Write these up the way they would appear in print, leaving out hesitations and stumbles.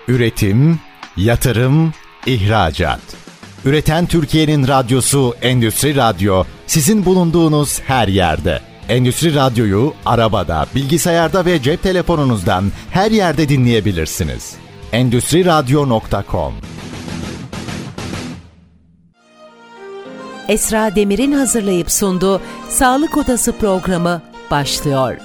Üretim, yatırım, ihracat. Üreten Türkiye'nin radyosu Endüstri Radyo, sizin bulunduğunuz her yerde. Endüstri Radyo'yu arabada, bilgisayarda ve cep telefonunuzdan her yerde dinleyebilirsiniz. Endüstriradyo.com. Esra Demir'in hazırlayıp sunduğu Sağlık Odası programı başlıyor.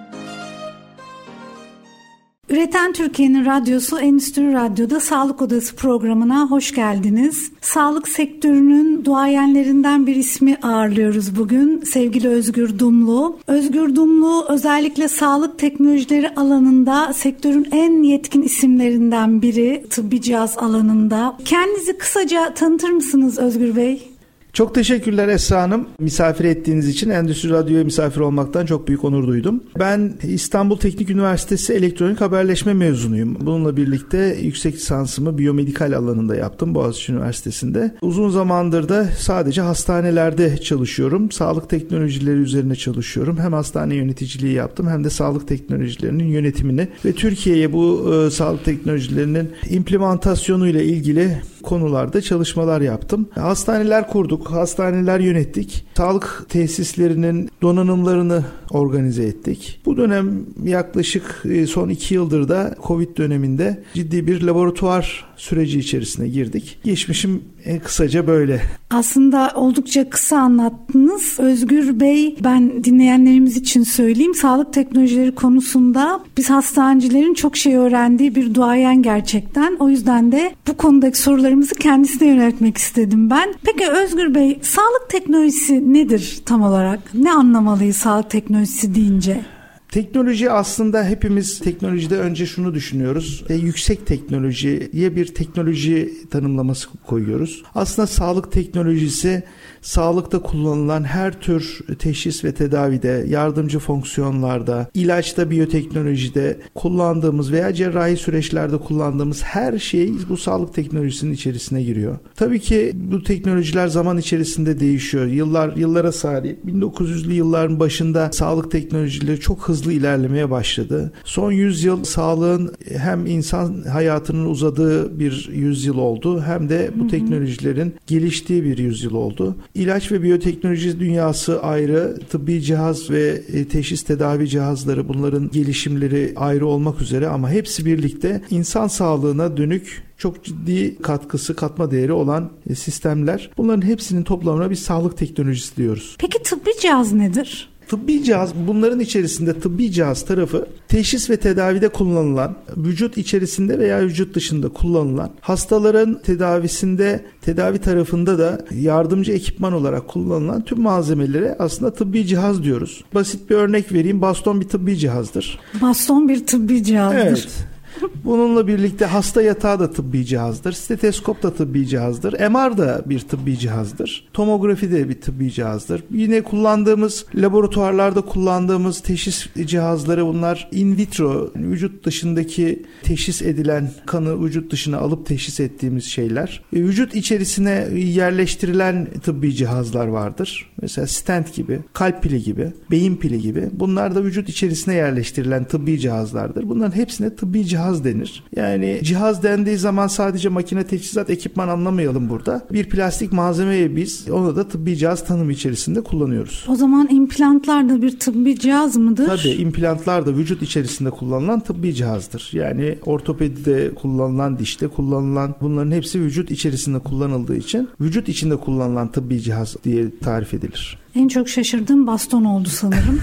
Üreten Türkiye'nin radyosu Endüstri Radyo'da Sağlık Odası programına hoş geldiniz. Sağlık sektörünün duayenlerinden bir ismi ağırlıyoruz bugün. Sevgili Özgür Dumlu. Özgür Dumlu özellikle sağlık teknolojileri alanında sektörün en yetkin isimlerinden biri, tıbbi cihaz alanında. Kendinizi kısaca tanıtır mısınız Özgür Bey? Çok teşekkürler Esra Hanım. Misafir ettiğiniz için Endüstri Radyo'ya misafir olmaktan çok büyük onur duydum. Ben İstanbul Teknik Üniversitesi Elektronik Haberleşme mezunuyum. Bununla birlikte yüksek lisansımı biyomedikal alanında yaptım Boğaziçi Üniversitesi'nde. Uzun zamandır da sadece hastanelerde çalışıyorum. Sağlık teknolojileri üzerine çalışıyorum. Hem hastane yöneticiliği yaptım hem de sağlık teknolojilerinin yönetimini ve Türkiye'ye bu sağlık teknolojilerinin implementasyonu ile ilgili konularda çalışmalar yaptım. Hastaneler kurduk, hastaneler yönettik. Sağlık tesislerinin donanımlarını organize ettik. Bu dönem yaklaşık son 2 yıldır da Covid döneminde ciddi bir laboratuvar süreci içerisine girdik. Geçmişim kısaca böyle. Aslında oldukça kısa anlattınız. Özgür Bey, ben dinleyenlerimiz için söyleyeyim. Sağlık teknolojileri konusunda biz hastanecilerin çok şey öğrendiği bir duayen gerçekten. O yüzden de bu konudaki sorularımızı kendisine yöneltmek istedim ben. Peki Özgür Bey, sağlık teknolojisi nedir tam olarak? Ne anlamalıyız sağlık teknolojisi deyince? Teknoloji aslında hepimiz teknolojide önce şunu düşünüyoruz. Yüksek teknolojiye bir teknoloji tanımlaması koyuyoruz. Aslında sağlık teknolojisi sağlıkta kullanılan her tür teşhis ve tedavide, yardımcı fonksiyonlarda, ilaçta, biyoteknolojide kullandığımız veya cerrahi süreçlerde kullandığımız her şey bu sağlık teknolojisinin içerisine giriyor. Tabii ki bu teknolojiler zaman içerisinde değişiyor. Yıllara sari 1900'lü yılların başında sağlık teknolojileri çok hızlı ilerlemeye başladı. Son 100 yıl sağlığın hem insan hayatının uzadığı bir yüzyıl oldu hem de bu teknolojilerin geliştiği bir yüzyıl oldu. İlaç ve biyoteknoloji dünyası ayrı, tıbbi cihaz ve teşhis tedavi cihazları, bunların gelişimleri ayrı olmak üzere ama hepsi birlikte insan sağlığına dönük çok ciddi katkısı, katma değeri olan sistemler. Bunların hepsinin toplamına biz sağlık teknolojisi diyoruz. Peki tıbbi cihaz nedir? Tıbbi cihaz, bunların içerisinde tıbbi cihaz tarafı teşhis ve tedavide kullanılan, vücut içerisinde veya vücut dışında kullanılan, hastaların tedavisinde, tedavi tarafında da yardımcı ekipman olarak kullanılan tüm malzemelere aslında tıbbi cihaz diyoruz. Basit bir örnek vereyim. Baston bir tıbbi cihazdır. Baston bir tıbbi cihazdır. Evet. Bununla birlikte hasta yatağı da tıbbi cihazdır. Steteskop da tıbbi cihazdır. MR da bir tıbbi cihazdır. Tomografi de bir tıbbi cihazdır. Yine kullandığımız, laboratuvarlarda kullandığımız teşhis cihazları, bunlar in vitro, vücut dışındaki teşhis edilen kanı vücut dışına alıp teşhis ettiğimiz şeyler. Vücut içerisine yerleştirilen tıbbi cihazlar vardır. Mesela stent gibi, kalp pili gibi, beyin pili gibi. Bunlar da vücut içerisine yerleştirilen tıbbi cihazlardır. Bunların hepsine tıbbi cihaz denir. Yani cihaz dendiği zaman sadece makine, teçhizat, ekipman anlamayalım burada. Bir plastik malzemeye biz onu da tıbbi cihaz tanımı içerisinde kullanıyoruz. O zaman implantlar da bir tıbbi cihaz mıdır? Tabii, implantlar da vücut içerisinde kullanılan tıbbi cihazdır. Yani ortopedide kullanılan, dişte kullanılan, bunların hepsi vücut içerisinde kullanıldığı için vücut içinde kullanılan tıbbi cihaz diye tarif edilir. En çok şaşırdığım baston oldu sanırım.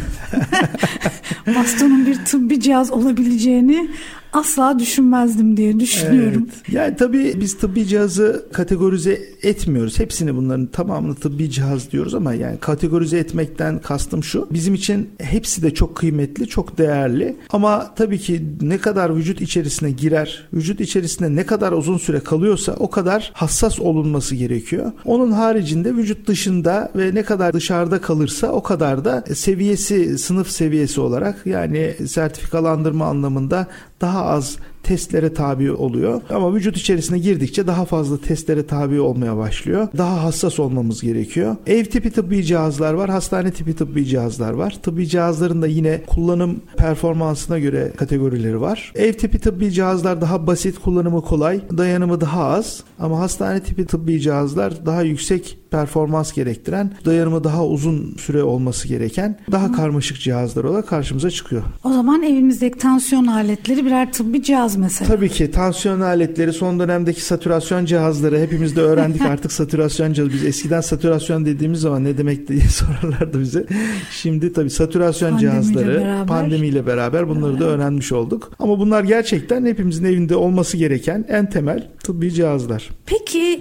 Bastonun bir tıbbi cihaz olabileceğini asla düşünmezdim diye düşünüyorum. Evet. Yani tabii biz tıbbi cihazı kategorize etmiyoruz. Hepsini, bunların tamamını tıbbi cihaz diyoruz ama yani kategorize etmekten kastım şu: bizim için hepsi de çok kıymetli, çok değerli. Ama tabii ki ne kadar vücut içerisine girer, vücut içerisinde ne kadar uzun süre kalıyorsa o kadar hassas olunması gerekiyor. Onun haricinde vücut dışında ve ne kadar dışarıda kalırsa o kadar da seviyesi, sınıf seviyesi olarak, yani sertifikalandırma anlamında daha az testlere tabi oluyor. Ama vücut içerisine girdikçe daha fazla testlere tabi olmaya başlıyor. Daha hassas olmamız gerekiyor. Ev tipi tıbbi cihazlar var, hastane tipi tıbbi cihazlar var. Tıbbi cihazların da yine kullanım performansına göre kategorileri var. Ev tipi tıbbi cihazlar daha basit, kullanımı kolay, dayanımı daha az. Ama hastane tipi tıbbi cihazlar daha yüksek performans gerektiren, dayanımı daha uzun süre olması gereken, daha karmaşık cihazlar olarak karşımıza çıkıyor. O zaman evimizdeki tansiyon aletleri birer tıbbi cihaz mesela. Tabii ki tansiyon aletleri, son dönemdeki satürasyon cihazları, hepimiz de öğrendik artık satürasyon cihazı. Biz eskiden satürasyon dediğimiz zaman ne demek diye sorarlardı bize. Şimdi tabii satürasyon cihazları pandemiyle beraber bunları da öğrenmiş olduk. Ama bunlar gerçekten hepimizin evinde olması gereken en temel tıbbi cihazlar. Peki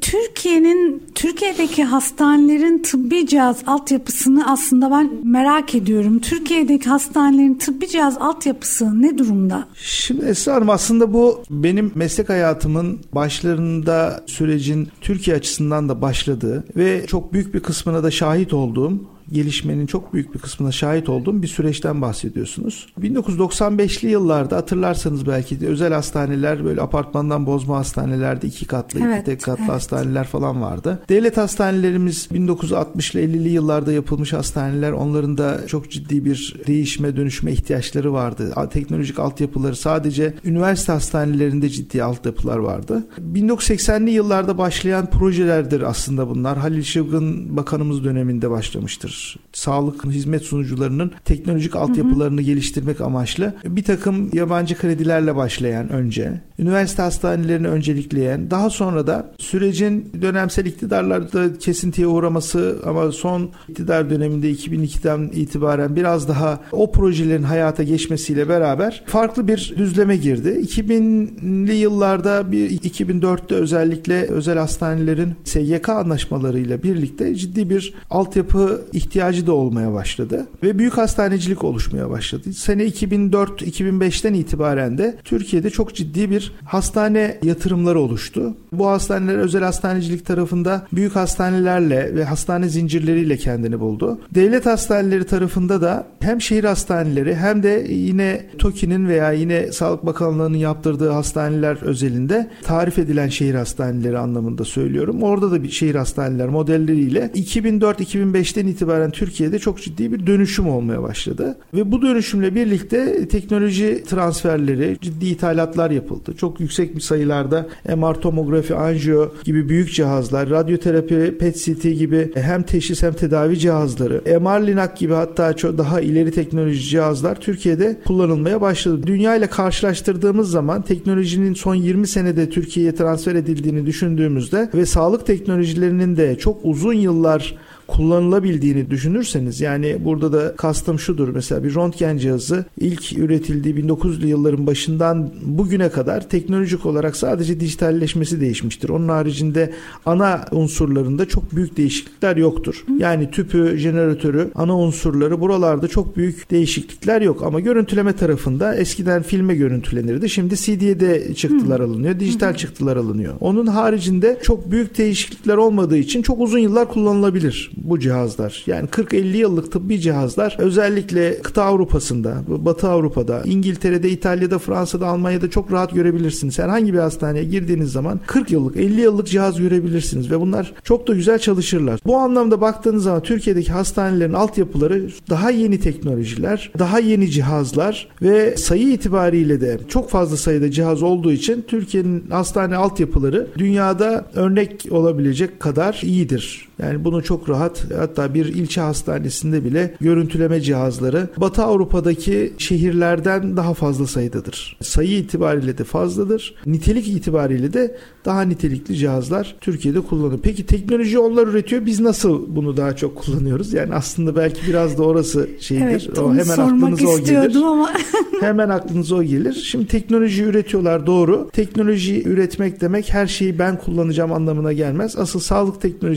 Türkiye'deki hastanelerin tıbbi cihaz altyapısını aslında ben merak ediyorum. Türkiye'deki hastanelerin tıbbi cihaz altyapısı ne durumda? Şimdi Esra Hanım, aslında bu benim meslek hayatımın başlarında sürecin Türkiye açısından da başladığı ve çok büyük bir kısmına da şahit olduğum, gelişmenin çok büyük bir kısmına şahit olduğum bir süreçten bahsediyorsunuz. 1995'li yıllarda hatırlarsanız belki de özel hastaneler, böyle apartmandan bozma hastanelerde 2 katlı, 2 tek katlı hastaneler falan vardı. Devlet hastanelerimiz 1960'lı 50'li yıllarda yapılmış hastaneler, onların da çok ciddi bir değişme, dönüşme ihtiyaçları vardı. Teknolojik altyapıları, sadece üniversite hastanelerinde ciddi altyapılar vardı. 1980'li yıllarda başlayan projelerdir aslında bunlar. Halil Şıvgın Bakanımız döneminde başlamıştır. Sağlık hizmet sunucularının teknolojik altyapılarını geliştirmek amaçlı bir takım yabancı kredilerle başlayan, önce üniversite hastanelerini öncelikleyen, daha sonra da sürecin dönemsel iktidarlarda kesintiye uğraması ama son iktidar döneminde 2002'den itibaren biraz daha o projelerin hayata geçmesiyle beraber farklı bir düzleme girdi. 2000'li yıllarda 2004'te özellikle özel hastanelerin SGK anlaşmalarıyla birlikte ciddi bir altyapı ihtiyacı da olmaya başladı ve büyük hastanecilik oluşmaya başladı. Sene 2004-2005'ten itibaren de Türkiye'de çok ciddi bir hastane yatırımları oluştu. Bu hastaneler özel hastanecilik tarafında büyük hastanelerle ve hastane zincirleriyle kendini buldu. Devlet hastaneleri tarafında da hem şehir hastaneleri hem de yine TOKİ'nin veya yine Sağlık Bakanlığı'nın yaptırdığı hastaneler özelinde tarif edilen şehir hastaneleri anlamında söylüyorum. Orada da bir şehir hastaneler modelleriyle 2004-2005'ten itibaren Türkiye'de çok ciddi bir dönüşüm olmaya başladı. Ve bu dönüşümle birlikte teknoloji transferleri, ciddi ithalatlar yapıldı. Çok yüksek bir sayılarda MR tomografi, anjiyo gibi büyük cihazlar, radyoterapi, PET-CT gibi hem teşhis hem tedavi cihazları, MR-Linac gibi hatta çok daha ileri teknoloji cihazlar Türkiye'de kullanılmaya başladı. Dünya ile karşılaştırdığımız zaman teknolojinin son 20 senede Türkiye'ye transfer edildiğini düşündüğümüzde ve sağlık teknolojilerinin de çok uzun yıllar kullanılabildiğini düşünürseniz, yani burada da kastım şudur: mesela bir röntgen cihazı ilk üretildiği 1900'lü yılların başından bugüne kadar teknolojik olarak sadece dijitalleşmesi değişmiştir. Onun haricinde ana unsurlarında çok büyük değişiklikler yoktur. Yani tüpü, jeneratörü, ana unsurları, buralarda çok büyük değişiklikler yok. Ama görüntüleme tarafında eskiden filme görüntülenirdi. Şimdi CD'ye de çıktılar alınıyor, dijital çıktılar alınıyor. Onun haricinde çok büyük değişiklikler olmadığı için çok uzun yıllar kullanılabilir bu cihazlar. Yani 40-50 yıllık tıbbi cihazlar özellikle kıta Avrupa'sında, Batı Avrupa'da, İngiltere'de, İtalya'da, Fransa'da, Almanya'da çok rahat görebilirsiniz. Herhangi bir hastaneye girdiğiniz zaman 40 yıllık, 50 yıllık cihaz görebilirsiniz ve bunlar çok da güzel çalışırlar. Bu anlamda baktığınız zaman Türkiye'deki hastanelerin altyapıları daha yeni teknolojiler, daha yeni cihazlar ve sayı itibariyle de çok fazla sayıda cihaz olduğu için Türkiye'nin hastane altyapıları dünyada örnek olabilecek kadar iyidir. Yani bunu çok rahat, hatta bir ilçe hastanesinde bile görüntüleme cihazları Batı Avrupa'daki şehirlerden daha fazla sayıdadır. Sayı itibariyle de fazladır. Nitelik itibariyle de daha nitelikli cihazlar Türkiye'de kullanılıyor. Peki teknoloji onlar üretiyor. Biz nasıl bunu daha çok kullanıyoruz? Yani aslında belki biraz da orası şeydir. Evet, o hemen aklınıza o gelir. Ama hemen aklınıza o gelir. Şimdi teknoloji üretiyorlar, doğru. Teknoloji üretmek demek her şeyi ben kullanacağım anlamına gelmez. Asıl sağlık teknolojisinde dünya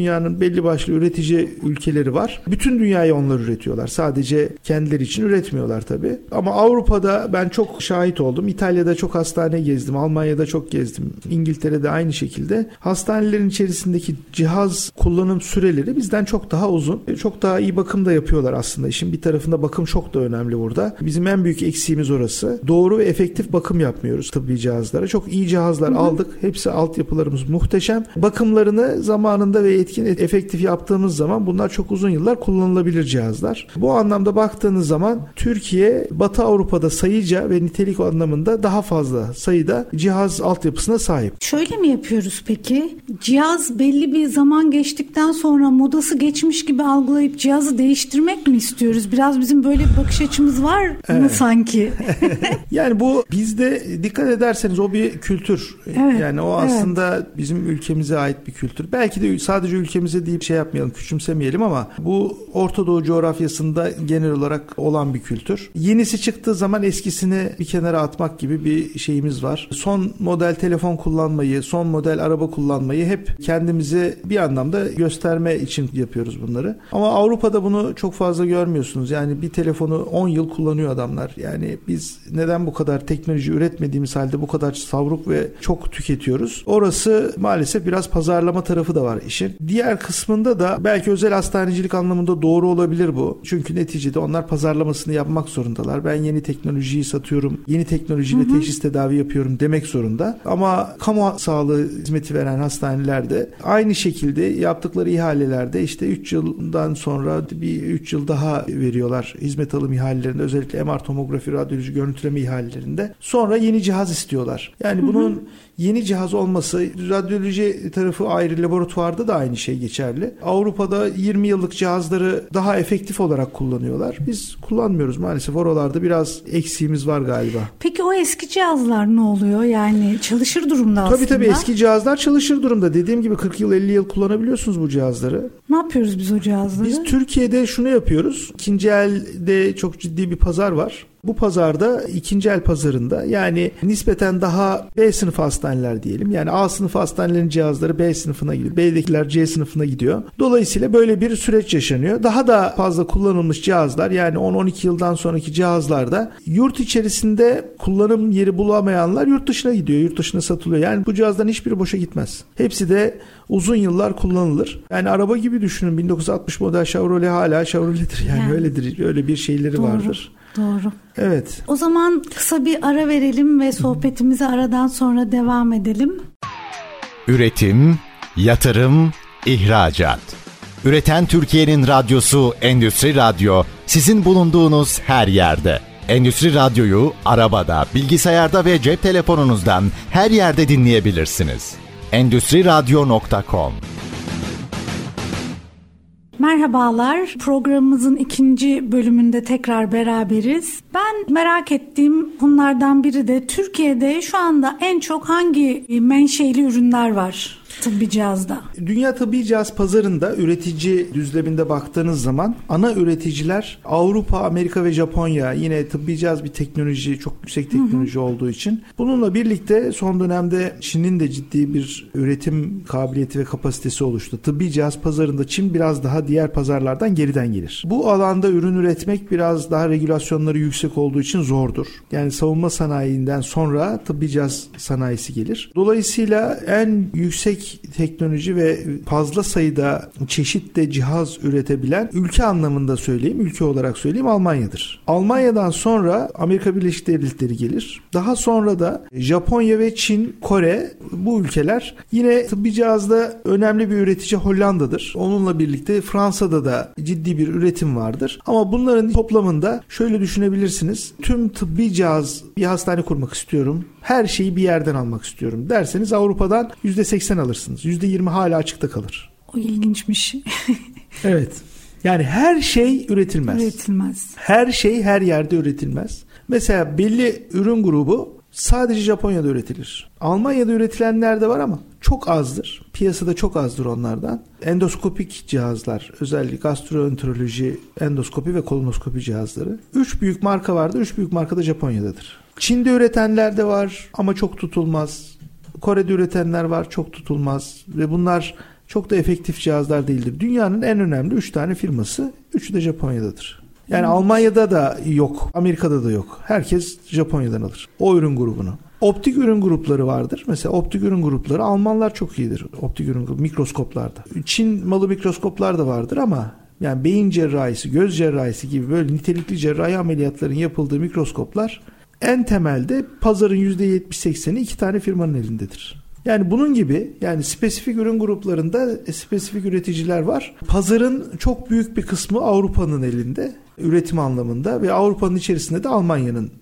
dünyanın belli başlı üretici ülkeleri var. Bütün dünyaya onlar üretiyorlar. Sadece kendileri için üretmiyorlar tabii. Ama Avrupa'da ben çok şahit oldum. İtalya'da çok hastane gezdim. Almanya'da çok gezdim. İngiltere'de aynı şekilde. Hastanelerin içerisindeki cihaz kullanım süreleri bizden çok daha uzun. Çok daha iyi bakım da yapıyorlar aslında. İşin bir tarafında bakım çok da önemli burada. Bizim en büyük eksiğimiz orası. Doğru ve efektif bakım yapmıyoruz tıbbi cihazlara. Çok iyi cihazlar aldık. Hepsi altyapılarımız muhteşem. Bakımlarını zamanında ve etkin, efektif yaptığımız zaman bunlar çok uzun yıllar kullanılabilir cihazlar. Bu anlamda baktığınız zaman Türkiye Batı Avrupa'da sayıca ve nitelik anlamında daha fazla sayıda cihaz altyapısına sahip. Şöyle mi yapıyoruz peki? Cihaz belli bir zaman geçtikten sonra modası geçmiş gibi algılayıp cihazı değiştirmek mi istiyoruz? Biraz bizim böyle bir bakış açımız var mı sanki? Yani bu bizde dikkat ederseniz o bir kültür. Evet, yani o aslında bizim ülkemize ait bir kültür. Belki de sadece ülkemize deyip şey yapmayalım, küçümsemeyelim ama bu Orta Doğu coğrafyasında genel olarak olan bir kültür. Yenisi çıktığı zaman eskisini bir kenara atmak gibi bir şeyimiz var. Son model telefon kullanmayı, son model araba kullanmayı hep kendimize bir anlamda gösterme için yapıyoruz bunları. Ama Avrupa'da bunu çok fazla görmüyorsunuz. Yani bir telefonu 10 yıl kullanıyor adamlar. Yani biz neden bu kadar teknoloji üretmediğimiz halde bu kadar savruk ve çok tüketiyoruz? Orası maalesef biraz pazarlama tarafı da var işin. Diğer kısmında da belki özel hastanecilik anlamında doğru olabilir bu. Çünkü neticede onlar pazarlamasını yapmak zorundalar. Ben yeni teknolojiyi satıyorum, yeni teknolojiyle teşhis tedavi yapıyorum demek zorunda. Ama kamu sağlığı hizmeti veren hastanelerde aynı şekilde yaptıkları ihalelerde işte 3 yıldan sonra bir 3 yıl daha veriyorlar hizmet alım ihalelerinde, özellikle MR tomografi, radyoloji görüntüleme ihalelerinde. Sonra yeni cihaz istiyorlar. Yani bunun yeni cihaz olması, radyoloji tarafı ayrı, laboratuvarda da aynı şey geçerli. Avrupa'da 20 yıllık cihazları daha efektif olarak kullanıyorlar. Biz kullanmıyoruz maalesef. Oralarda biraz eksiğimiz var galiba. Peki o eski cihazlar ne oluyor? Yani çalışır durumda aslında. Tabii eski cihazlar çalışır durumda. Dediğim gibi 40 yıl 50 yıl kullanabiliyorsunuz bu cihazları. Ne yapıyoruz biz o cihazları? Biz Türkiye'de şunu yapıyoruz. İkinci elde çok ciddi bir pazar var. Bu pazarda ikinci el pazarında yani nispeten daha B sınıfı hastaneler diyelim. Yani A sınıfı hastanelerin cihazları B sınıfına gidiyor. B'dekiler C sınıfına gidiyor. Dolayısıyla böyle bir süreç yaşanıyor. Daha da fazla kullanılmış cihazlar yani 10-12 yıldan sonraki cihazlarda yurt içerisinde kullanım yeri bulamayanlar yurt dışına gidiyor. Yurt dışına satılıyor. Yani bu cihazların hiçbiri boşa gitmez. Hepsi de uzun yıllar kullanılır. Yani araba gibi düşünün. 1960 model Chevrolet hala Chevrolet'tir. Yani öyledir. Öyle bir şeyleri vardır. Doğru. Evet. O zaman kısa bir ara verelim ve sohbetimize aradan sonra devam edelim. Üretim, yatırım, ihracat. Üreten Türkiye'nin radyosu Endüstri Radyo sizin bulunduğunuz her yerde. Endüstri Radyo'yu arabada, bilgisayarda ve cep telefonunuzdan her yerde dinleyebilirsiniz. Endüstriradyo.com. Merhabalar, programımızın 2. bölümünde tekrar beraberiz. Ben merak ettiğim konulardan biri de Türkiye'de şu anda en çok hangi menşeli ürünler var tıbbi cihazda? Dünya tıbbi cihaz pazarında üretici düzleminde baktığınız zaman ana üreticiler Avrupa, Amerika ve Japonya. Yine tıbbi cihaz bir teknoloji, çok yüksek teknoloji olduğu için. Bununla birlikte son dönemde Çin'in de ciddi bir üretim kabiliyeti ve kapasitesi oluştu. Tıbbi cihaz pazarında Çin biraz daha diğer pazarlardan geriden gelir. Bu alanda ürün üretmek biraz daha regülasyonları yüksek olduğu için zordur. Yani savunma sanayinden sonra tıbbi cihaz sanayisi gelir. Dolayısıyla en yüksek teknoloji ve fazla sayıda çeşitli cihaz üretebilen ülke anlamında söyleyeyim, ülke olarak söyleyeyim Almanya'dır. Almanya'dan sonra Amerika Birleşik Devletleri gelir. Daha sonra da Japonya ve Çin, Kore, bu ülkeler. Yine tıbbi cihazda önemli bir üretici Hollanda'dır. Onunla birlikte Fransa'da da ciddi bir üretim vardır. Ama bunların toplamında şöyle düşünebilirsiniz. Tüm tıbbi cihaz, bir hastane kurmak istiyorum, her şeyi bir yerden almak istiyorum derseniz Avrupa'dan %80 alırsınız. %20 hala açıkta kalır. O ilginçmiş. Evet. Yani her şey üretilmez. Üretilmez. Her şey her yerde üretilmez. Mesela belli ürün grubu sadece Japonya'da üretilir. Almanya'da üretilenler de var ama çok azdır. Piyasada çok azdır onlardan. Endoskopik cihazlar, özellikle gastroenteroloji, endoskopi ve kolonoskopi cihazları. 3 büyük marka vardır. 3 büyük marka da Japonya'dadır. Çin'de üretenler de var ama çok tutulmaz. Kore'de üretenler var, çok tutulmaz. Ve bunlar Çok da efektif cihazlar değildir. Dünyanın en önemli 3 tane firması, 3'ü de Japonya'dadır. Yani Almanya'da da yok, Amerika'da da yok. Herkes Japonya'dan alır o ürün grubunu. Optik ürün grupları vardır. Mesela optik ürün grupları Almanlar çok iyidir. Optik ürün grupları mikroskoplarda. Çin malı mikroskoplar da vardır ama yani beyin cerrahisi, göz cerrahisi gibi böyle nitelikli cerrahi ameliyatların yapıldığı mikroskoplar en temelde pazarın %70-80'i 2 tane firmanın elindedir. Yani bunun gibi yani spesifik ürün gruplarında spesifik üreticiler var. Pazarın çok büyük bir kısmı Avrupa'nın elinde üretim anlamında ve Avrupa'nın içerisinde de Almanya'nın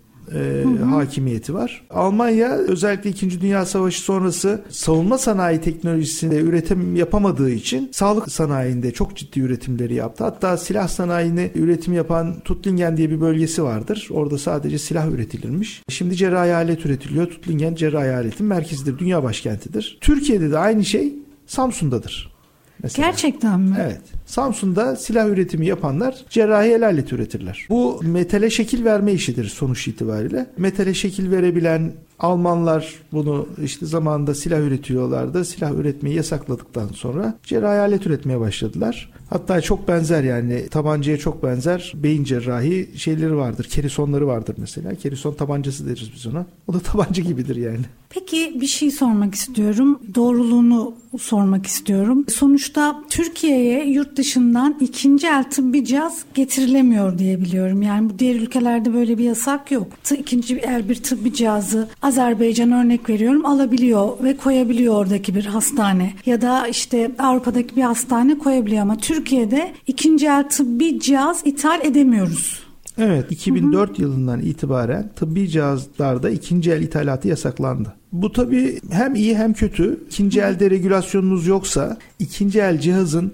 hakimiyeti var. Almanya özellikle 2. Dünya Savaşı sonrası savunma sanayi teknolojisinde üretim yapamadığı için sağlık sanayinde çok ciddi üretimleri yaptı. Hatta silah sanayini üretim yapan Tuttlingen diye bir bölgesi vardır. Orada sadece silah üretilirmiş. Şimdi cerrahi alet üretiliyor. Tuttlingen cerrahi aletin merkezidir. Dünya başkentidir. Türkiye'de de aynı şey Samsun'dadır. Mesela. Gerçekten mi? Evet. Samsun'da silah üretimi yapanlar cerrahi el aleti üretirler. Bu metale şekil verme işidir sonuç itibariyle. Metale şekil verebilen Almanlar bunu işte zamanında silah üretiyorlardı. Silah üretmeyi yasakladıktan sonra cerrahi alet üretmeye başladılar. Hatta çok benzer yani tabancaya çok benzer beyin cerrahi şeyleri vardır. Kerisonları vardır mesela. Kerison tabancası deriz biz ona. O da tabanca gibidir yani. Peki bir şey sormak istiyorum. Doğruluğunu sormak istiyorum. Sonuçta Türkiye'ye yurt dışından ikinci el tıbbi cihaz getirilemiyor diye biliyorum. Yani bu diğer ülkelerde böyle bir yasak yok. İkinci el bir tıbbi cihazı Azerbaycan örnek veriyorum alabiliyor ve koyabiliyor oradaki bir hastane. Ya da işte Avrupa'daki bir hastane koyabiliyor ama Türkiye'de ikinci el tıbbi cihaz ithal edemiyoruz. Evet, 2004 yılından itibaren tıbbi cihazlarda ikinci el ithalatı yasaklandı. Bu tabii hem iyi hem kötü. İkinci elde regülasyonunuz yoksa, ikinci el cihazın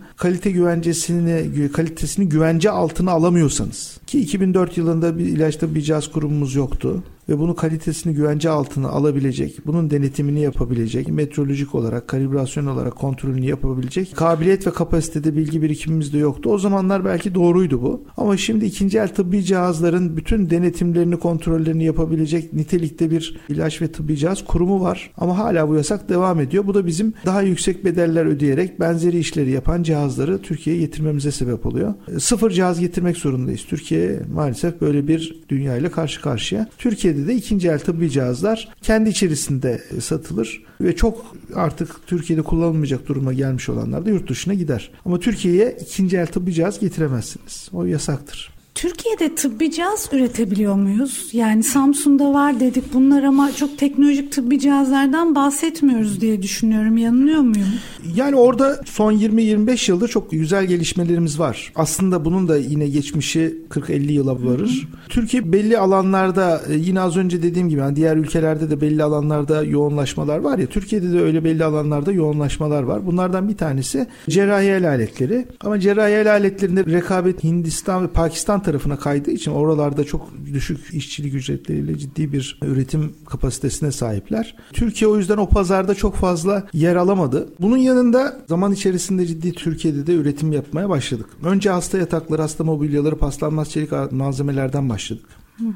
kalitesini güvence altına alamıyorsanız, ki 2004 yılında bir ilaçta bir cihaz kurumumuz yoktu ve bunun kalitesini güvence altına alabilecek, bunun denetimini yapabilecek, metrolojik olarak, kalibrasyon olarak kontrolünü yapabilecek kabiliyet ve kapasitede bilgi birikimimiz de yoktu. O zamanlar belki doğruydu bu. Ama şimdi ikinci el tıbbi cihazların bütün denetimlerini, kontrollerini yapabilecek nitelikte bir ilaç ve tıbbi cihaz kurumu var. Ama hala bu yasak devam ediyor. Bu da bizim daha yüksek bedeller ödeyerek benzeri işleri yapan cihazları Türkiye'ye getirmemize sebep oluyor. Sıfır cihaz getirmek zorundayız. Türkiye maalesef böyle bir dünyayla karşı karşıya. Türkiye'de de ikinci el tıbbi cihazlar kendi içerisinde satılır ve çok artık Türkiye'de kullanılmayacak duruma gelmiş olanlar da yurt dışına gider. Ama Türkiye'ye ikinci el tıbbi cihaz getiremezsiniz. O yasaktır. Türkiye'de tıbbi cihaz üretebiliyor muyuz? Yani Samsun'da var dedik bunlar ama çok teknolojik tıbbi cihazlardan bahsetmiyoruz diye düşünüyorum. Yanılıyor muyum? Yani orada son 20-25 yıldır çok güzel gelişmelerimiz var. Aslında bunun da yine geçmişi 40-50 yıla varır. Türkiye belli alanlarda yine az önce dediğim gibi yani diğer ülkelerde de belli alanlarda yoğunlaşmalar var ya. Türkiye'de de öyle belli alanlarda yoğunlaşmalar var. Bunlardan bir tanesi cerrahi el aletleri. Ama cerrahi el aletlerinde rekabet Hindistan ve Pakistan tarafına kaydığı için oralarda çok düşük işçilik ücretleriyle ciddi bir üretim kapasitesine sahipler. Türkiye o yüzden o pazarda çok fazla yer alamadı. Bunun yanında zaman içerisinde ciddi Türkiye'de de üretim yapmaya başladık. Önce hasta yatakları, hasta mobilyaları, paslanmaz çelik malzemelerden başladık.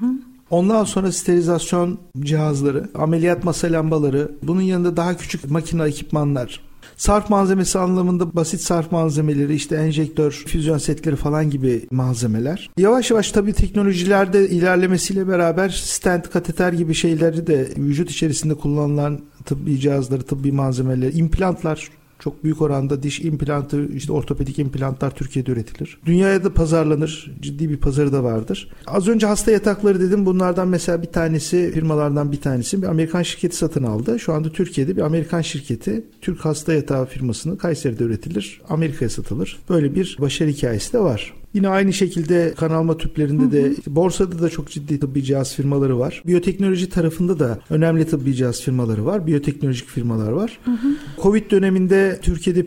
Ondan sonra sterilizasyon cihazları, ameliyat masa lambaları, bunun yanında daha küçük makine ekipmanlar, sarf malzemesi anlamında basit sarf malzemeleri, işte enjektör, füzyon setleri falan gibi malzemeler. Yavaş yavaş tabii teknolojilerde ilerlemesiyle beraber stent, kateter gibi şeyleri de vücut içerisinde kullanılan tıbbi cihazları, tıbbi malzemeleri, implantlar, çok büyük oranda diş implantı, işte ortopedik implantlar Türkiye'de üretilir. Dünyaya da pazarlanır. Ciddi bir pazarı da vardır. Az önce hasta yatakları dedim. Bunlardan mesela bir tanesi, firmalardan bir tanesi bir Amerikan şirketi satın aldı. Şu anda Türkiye'de bir Amerikan şirketi Türk hasta yatağı firmasını Kayseri'de üretilir. Amerika'ya satılır. Böyle bir başarı hikayesi de var. Yine aynı şekilde kan alma tüplerinde de borsada da çok ciddi tıbbi cihaz firmaları var. Biyoteknoloji tarafında da önemli tıbbi cihaz firmaları var. Biyoteknolojik firmalar var. Covid döneminde Türkiye'de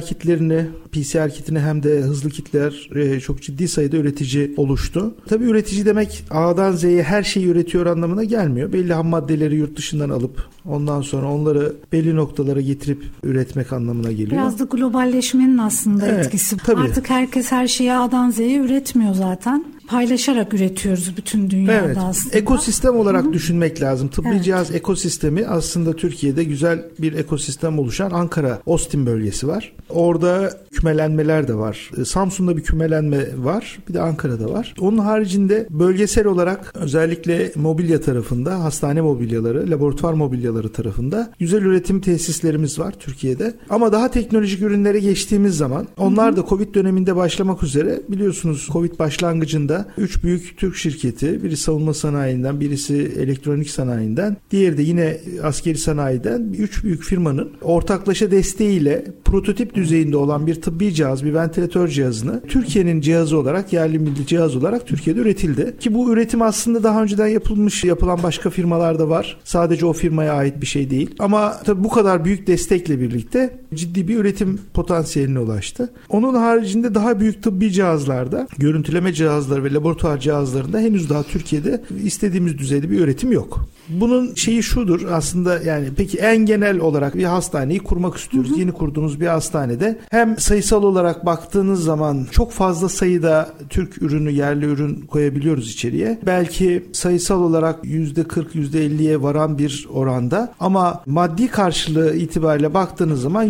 PCR kitini hem de hızlı kitler çok ciddi sayıda üretici oluştu. Tabii üretici demek A'dan Z'ye her şeyi üretiyor anlamına gelmiyor. Belli ham maddeleri yurt dışından alıp ondan sonra onları belli noktalara getirip üretmek anlamına geliyor. Biraz da globalleşmenin aslında etkisi. Tabii. Artık herkes her şeyi A'dan Z'ye üretmiyor zaten. paylaşarak üretiyoruz bütün dünyada aslında. Ekosistem olarak düşünmek lazım. Tıbbi cihaz ekosistemi aslında Türkiye'de güzel bir ekosistem oluşan Ankara Ostim bölgesi var. Orada kümelenmeler de var. Samsun'da bir kümelenme var. Bir de Ankara'da var. Onun haricinde bölgesel olarak özellikle mobilya tarafında, hastane mobilyaları, laboratuvar mobilyaları tarafında güzel üretim tesislerimiz var Türkiye'de. Ama daha teknolojik ürünlere geçtiğimiz zaman onlar da Covid döneminde başlamak üzere, biliyorsunuz Covid başlangıcında 3 büyük Türk şirketi, biri savunma sanayinden, birisi elektronik sanayinden, diğeri de yine askeri sanayiden 3 büyük firmanın ortaklaşa desteğiyle prototip düzeyinde olan bir tıbbi cihaz, bir ventilatör cihazını Türkiye'nin cihazı olarak, yerli milli cihaz olarak Türkiye'de üretildi. Ki bu üretim aslında daha önceden yapılan başka firmalarda var. Sadece o firmaya ait bir şey değil. Ama tabii bu kadar büyük destekle birlikte ciddi bir üretim potansiyeline ulaştı. Onun haricinde daha büyük tıbbi cihazlarda, görüntüleme cihazları ve laboratuvar cihazlarında henüz daha Türkiye'de istediğimiz düzeyde bir üretim yok. Bunun şeyi şudur aslında, yani peki en genel olarak bir hastaneyi kurmak istiyoruz. Yeni kurduğumuz bir hastanede hem sayısal olarak baktığınız zaman çok fazla sayıda Türk ürünü, yerli ürün koyabiliyoruz içeriye. Belki sayısal olarak %40, %50'ye varan bir oranda, ama maddi karşılığı itibariyle baktığınız zaman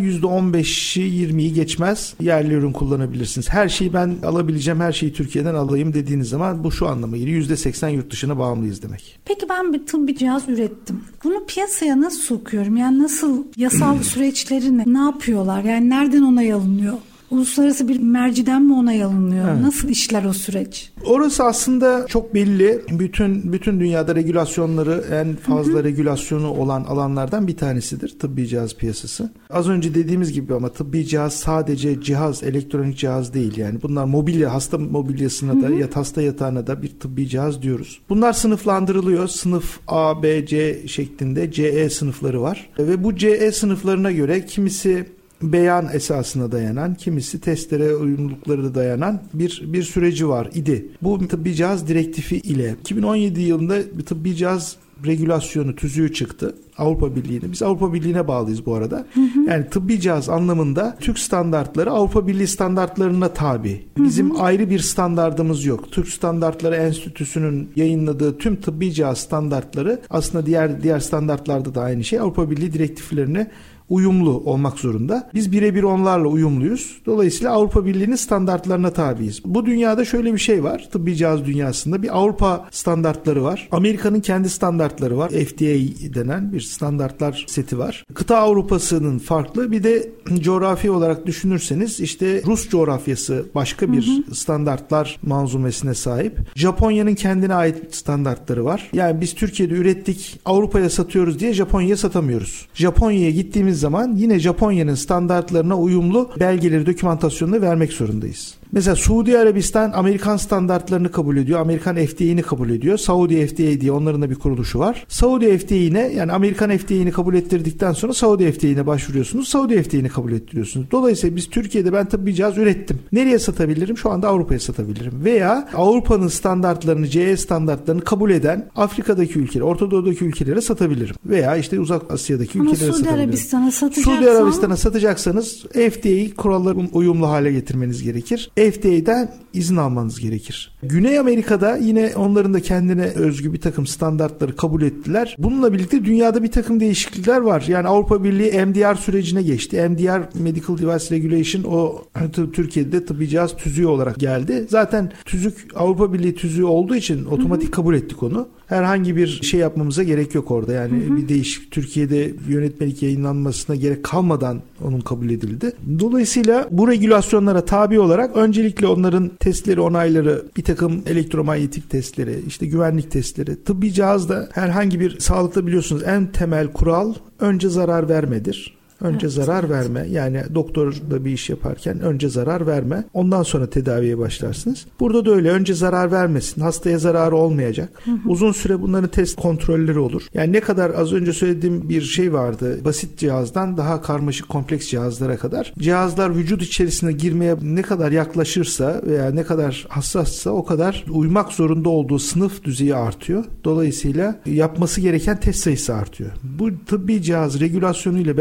%15'i 20'yi geçmez yerli ürün kullanabilirsiniz. Her şeyi ben alabileceğim, her şeyi Türkiye'den alayım dediğiniz zaman bu şu anlama geliyor: %80 yurt dışına bağımlıyız demek. Peki ben bir tıbbi cihaz ürettim. Bunu piyasaya nasıl sokuyorum? Yani nasıl, yasal süreçleri ne yapıyorlar? Yani nereden onay alınıyor? Uluslararası bir merciden mi onay alınıyor? Evet. Nasıl işler o süreç? Orası aslında çok belli. Bütün dünyada regülasyonları, en fazla regülasyonu olan alanlardan bir tanesidir tıbbi cihaz piyasası. Az önce dediğimiz gibi, ama tıbbi cihaz sadece cihaz, elektronik cihaz değil. Yani bunlar mobilya, hasta mobilyasına da, hasta yatağına da bir tıbbi cihaz diyoruz. Bunlar sınıflandırılıyor. Sınıf A, B, C şeklinde CE sınıfları var. Ve bu CE sınıflarına göre kimisi beyan esasına dayanan, kimisi testlere, uyumlulukları dayanan bir süreci var idi. Bu tıbbi cihaz direktifi ile 2017 yılında bir tıbbi cihaz regülasyonu tüzüğü çıktı. Avrupa Birliği'ne. Biz Avrupa Birliği'ne bağlıyız bu arada. Yani tıbbi cihaz anlamında Türk standartları Avrupa Birliği standartlarına tabi. Bizim ayrı bir standardımız yok. Türk Standartları Enstitüsü'nün yayınladığı tüm tıbbi cihaz standartları aslında diğer standartlarda da aynı şey. Avrupa Birliği direktiflerine uyumlu olmak zorunda. Biz birebir onlarla uyumluyuz. Dolayısıyla Avrupa Birliği'nin standartlarına tabiiz. Bu dünyada şöyle bir şey var. Tıbbi cihaz dünyasında bir Avrupa standartları var. Amerika'nın kendi standartları var. FDA denen bir standartlar seti var. Kıta Avrupa'sının farklı. Bir de coğrafi olarak düşünürseniz işte Rus coğrafyası başka bir standartlar manzumesine sahip. Japonya'nın kendine ait standartları var. Yani biz Türkiye'de ürettik, Avrupa'ya satıyoruz diye Japonya'ya satamıyoruz. Japonya'ya gittiğimiz zaman yine Japonya'nın standartlarına uyumlu belgeleri, dokümantasyonunu vermek zorundayız. Mesela Suudi Arabistan Amerikan standartlarını kabul ediyor. Amerikan FDA'ini kabul ediyor. Saudi FDA diye onların da bir kuruluşu var. Saudi FDA'ine, yani Amerikan FDA'ini kabul ettirdikten sonra Saudi FDA'ine başvuruyorsunuz. Saudi FDA'ini kabul ettiriyorsunuz. Dolayısıyla biz Türkiye'de ben tıbbi cihaz ürettim. Nereye satabilirim? Şu anda Avrupa'ya satabilirim. Veya Avrupa'nın standartlarını, CE standartlarını kabul eden Afrika'daki ülkelere, Orta Doğu'daki ülkelere satabilirim. Veya işte Uzak Asya'daki ülkelere satabilirim. Suudi Arabistan'a Suudi Arabistan'a satacaksanız FDA kurallarına uyumlu hale getirmeniz gerekir. FDA'den izin almanız gerekir. Güney Amerika'da yine onların da kendine özgü bir takım standartları kabul ettiler. Bununla birlikte dünyada bir takım değişiklikler var. Yani Avrupa Birliği MDR sürecine geçti. MDR, Medical Device Regulation, o Türkiye'de tıbbi cihaz tüzüğü olarak geldi. Zaten tüzük Avrupa Birliği tüzüğü olduğu için otomatik kabul ettik onu. Herhangi bir şey yapmamıza gerek yok orada. Yani bir değişik, Türkiye'de yönetmelik yayınlanmasına gerek kalmadan onun kabul edildi. Dolayısıyla bu regülasyonlara tabi olarak öncelikle onların testleri, onayları, bir takım elektromanyetik testleri, işte güvenlik testleri. Tıbbi cihazda herhangi bir sağlıkta biliyorsunuz en temel kural önce zarar vermedir. Önce zarar verme. Yani doktor da bir iş yaparken önce zarar verme. Ondan sonra tedaviye başlarsınız. Burada da öyle. Önce zarar vermesin. Hastaya zararı olmayacak. Uzun süre bunların test kontrolleri olur. Yani ne kadar az önce söylediğim bir şey vardı. Basit cihazdan daha karmaşık, kompleks cihazlara kadar. Cihazlar vücut içerisine girmeye ne kadar yaklaşırsa veya ne kadar hassassa o kadar uymak zorunda olduğu sınıf düzeyi artıyor. Dolayısıyla yapması gereken test sayısı artıyor. Bu tıbbi cihaz regülasyonu ile beraber yeni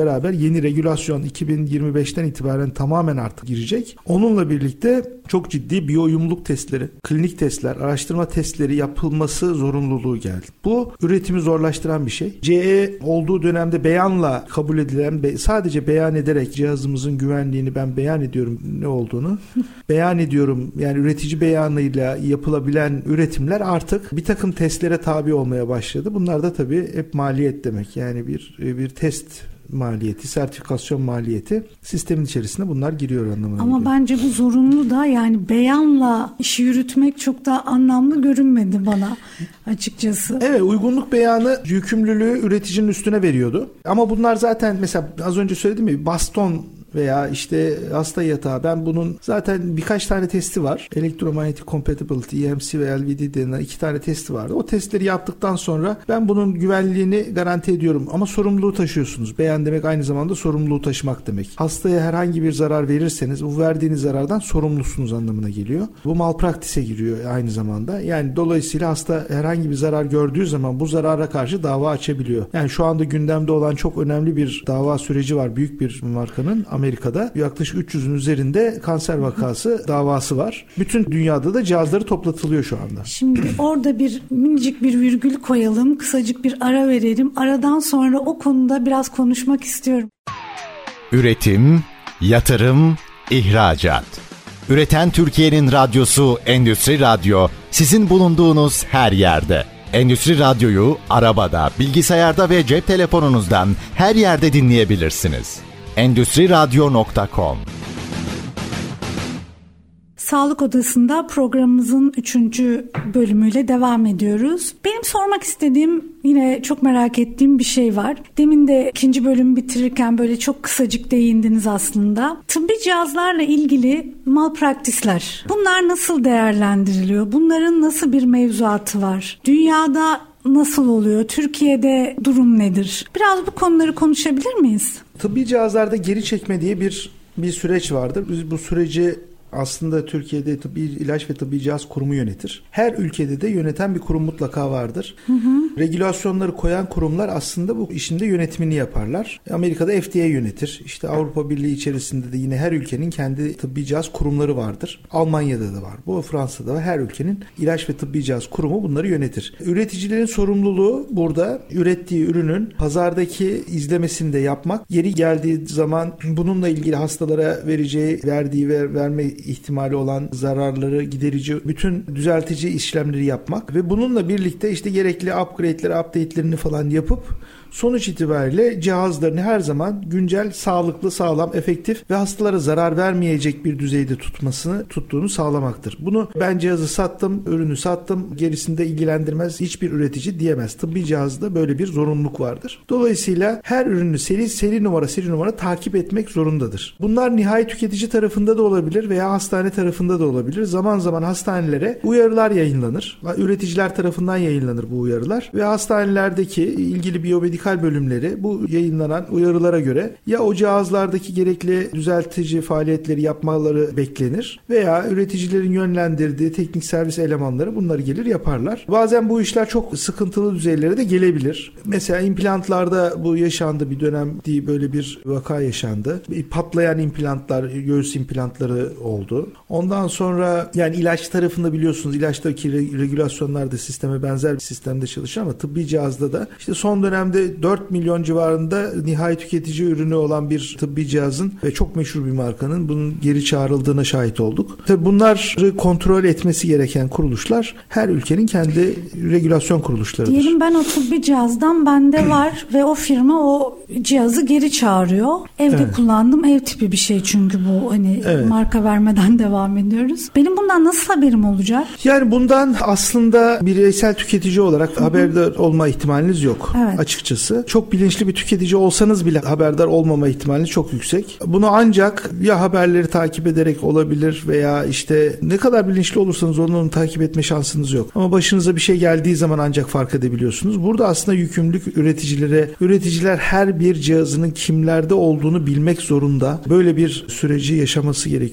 yeni regülasyon 2025'ten itibaren tamamen artık girecek. Onunla birlikte çok ciddi biyouyumluluk testleri, klinik testler, araştırma testleri yapılması zorunluluğu geldi. Bu üretimi zorlaştıran bir şey. CE olduğu dönemde beyanla kabul edilen, sadece beyan ederek cihazımızın güvenliğini ben beyan ediyorum ne olduğunu beyan ediyorum. Yani üretici beyanıyla yapılabilen üretimler artık bir takım testlere tabi olmaya başladı. Bunlar da tabii hep maliyet demek. Yani bir test maliyeti, sertifikasyon maliyeti sistemin içerisinde bunlar giriyor anlamına Ama geliyor. bence bu zorunlu da, yani beyanla işi yürütmek çok da anlamlı görünmedi bana açıkçası. Evet, uygunluk beyanı yükümlülüğü üreticinin üstüne veriyordu. Ama bunlar zaten mesela az önce söyledim ya, baston veya işte hasta yatağı, ben bunun zaten birkaç tane testi var. Electromagnetic Compatibility, EMC ve LVD denilen 2 tane testi vardı. O testleri yaptıktan sonra ben bunun güvenliğini garanti ediyorum ama sorumluluğu taşıyorsunuz. Beyan demek aynı zamanda sorumluluğu taşımak demek. Hastaya herhangi bir zarar verirseniz bu verdiğiniz zarardan sorumlusunuz anlamına geliyor. Bu malpraktise giriyor aynı zamanda. Yani dolayısıyla hasta herhangi bir zarar gördüğü zaman bu zarara karşı dava açabiliyor. Yani şu anda gündemde olan çok önemli bir dava süreci var. Büyük bir markanın Amerika'da yaklaşık 300'ün üzerinde kanser vakası davası var. Bütün dünyada da cihazları toplatılıyor şu anda. Şimdi orada bir minicik bir virgül koyalım, kısacık bir ara verelim. Aradan sonra o konuda biraz konuşmak istiyorum. Üretim, yatırım, ihracat. Üreten Türkiye'nin radyosu Endüstri Radyo, sizin bulunduğunuz her yerde. Endüstri Radyo'yu arabada, bilgisayarda ve cep telefonunuzdan her yerde dinleyebilirsiniz. Endüstriradyo.com. Sağlık Odası'nda programımızın 3. bölümüyle devam ediyoruz. Benim sormak istediğim, yine çok merak ettiğim bir şey var. Demin de 2. bölümü bitirirken böyle çok kısacık değindiniz aslında. Tıbbi cihazlarla ilgili malpraktisler. Bunlar nasıl değerlendiriliyor? Bunların nasıl bir mevzuatı var? Dünyada nasıl oluyor? Türkiye'de durum nedir? Biraz bu konuları konuşabilir miyiz? Tıbbi cihazlarda geri çekme diye bir süreç vardır. Biz bu süreci aslında Türkiye'de Tıbbi İlaç ve Tıbbi Cihaz Kurumu yönetir. Her ülkede de yöneten bir kurum mutlaka vardır. Regülasyonları koyan kurumlar aslında bu işin de yönetimini yaparlar. Amerika'da FDA yönetir. İşte Avrupa Birliği içerisinde de yine her ülkenin kendi tıbbi cihaz kurumları vardır. Almanya'da da var. Bu Fransa'da var. Her ülkenin ilaç ve tıbbi cihaz kurumu bunları yönetir. Üreticilerin sorumluluğu burada ürettiği ürünün pazardaki izlemesini de yapmak. Yeri geldiği zaman bununla ilgili hastalara verdiği ve verme ihtimali olan zararları giderici, bütün düzeltici işlemleri yapmak ve bununla birlikte işte gerekli upgrade'leri, update'lerini falan yapıp sonuç itibariyle cihazlarını her zaman güncel, sağlıklı, sağlam, efektif ve hastalara zarar vermeyecek bir düzeyde tuttuğunu sağlamaktır. Bunu ben cihazı sattım, ürünü sattım, gerisinde ilgilendirmez hiçbir üretici diyemez. Tıbbi cihazda böyle bir zorunluluk vardır. Dolayısıyla her ürünü seri numara takip etmek zorundadır. Bunlar nihai tüketici tarafında da olabilir veya hastane tarafında da olabilir. Zaman zaman hastanelere uyarılar yayınlanır. Üreticiler tarafından yayınlanır bu uyarılar ve hastanelerdeki ilgili biyomedikal bölümleri bu yayınlanan uyarılara göre ya o cihazlardaki gerekli düzeltici faaliyetleri yapmaları beklenir veya üreticilerin yönlendirdiği teknik servis elemanları bunları gelir yaparlar. Bazen bu işler çok sıkıntılı düzeylere de gelebilir. Mesela implantlarda bu yaşandı, bir dönem böyle bir vaka yaşandı. Patlayan implantlar, göğüs implantları oldu. Ondan sonra yani ilaç tarafında biliyorsunuz ilaçtaki regülasyonlar da sisteme benzer bir sistemde çalışıyor ama tıbbi cihazda da işte son dönemde 4 milyon civarında nihai tüketici ürünü olan bir tıbbi cihazın ve çok meşhur bir markanın bunun geri çağrıldığına şahit olduk. Tabii bunları kontrol etmesi gereken kuruluşlar her ülkenin kendi regülasyon kuruluşlarıdır. Diyelim ben o tıbbi cihazdan bende var ve o firma o cihazı geri çağırıyor. Evde kullandım, ev tipi bir şey çünkü bu marka vermeden devam ediyoruz. Benim bundan nasıl haberim olacak? Yani bundan aslında bireysel tüketici olarak haberdar olma ihtimaliniz yok açıkçası. Çok bilinçli bir tüketici olsanız bile haberdar olmama ihtimali çok yüksek. Bunu ancak ya haberleri takip ederek olabilir veya işte ne kadar bilinçli olursanız onu takip etme şansınız yok. Ama başınıza bir şey geldiği zaman ancak fark edebiliyorsunuz. Burada aslında yükümlülük üreticiler her bir cihazının kimlerde olduğunu bilmek zorunda. Böyle bir süreci yaşaması gerekiyor ama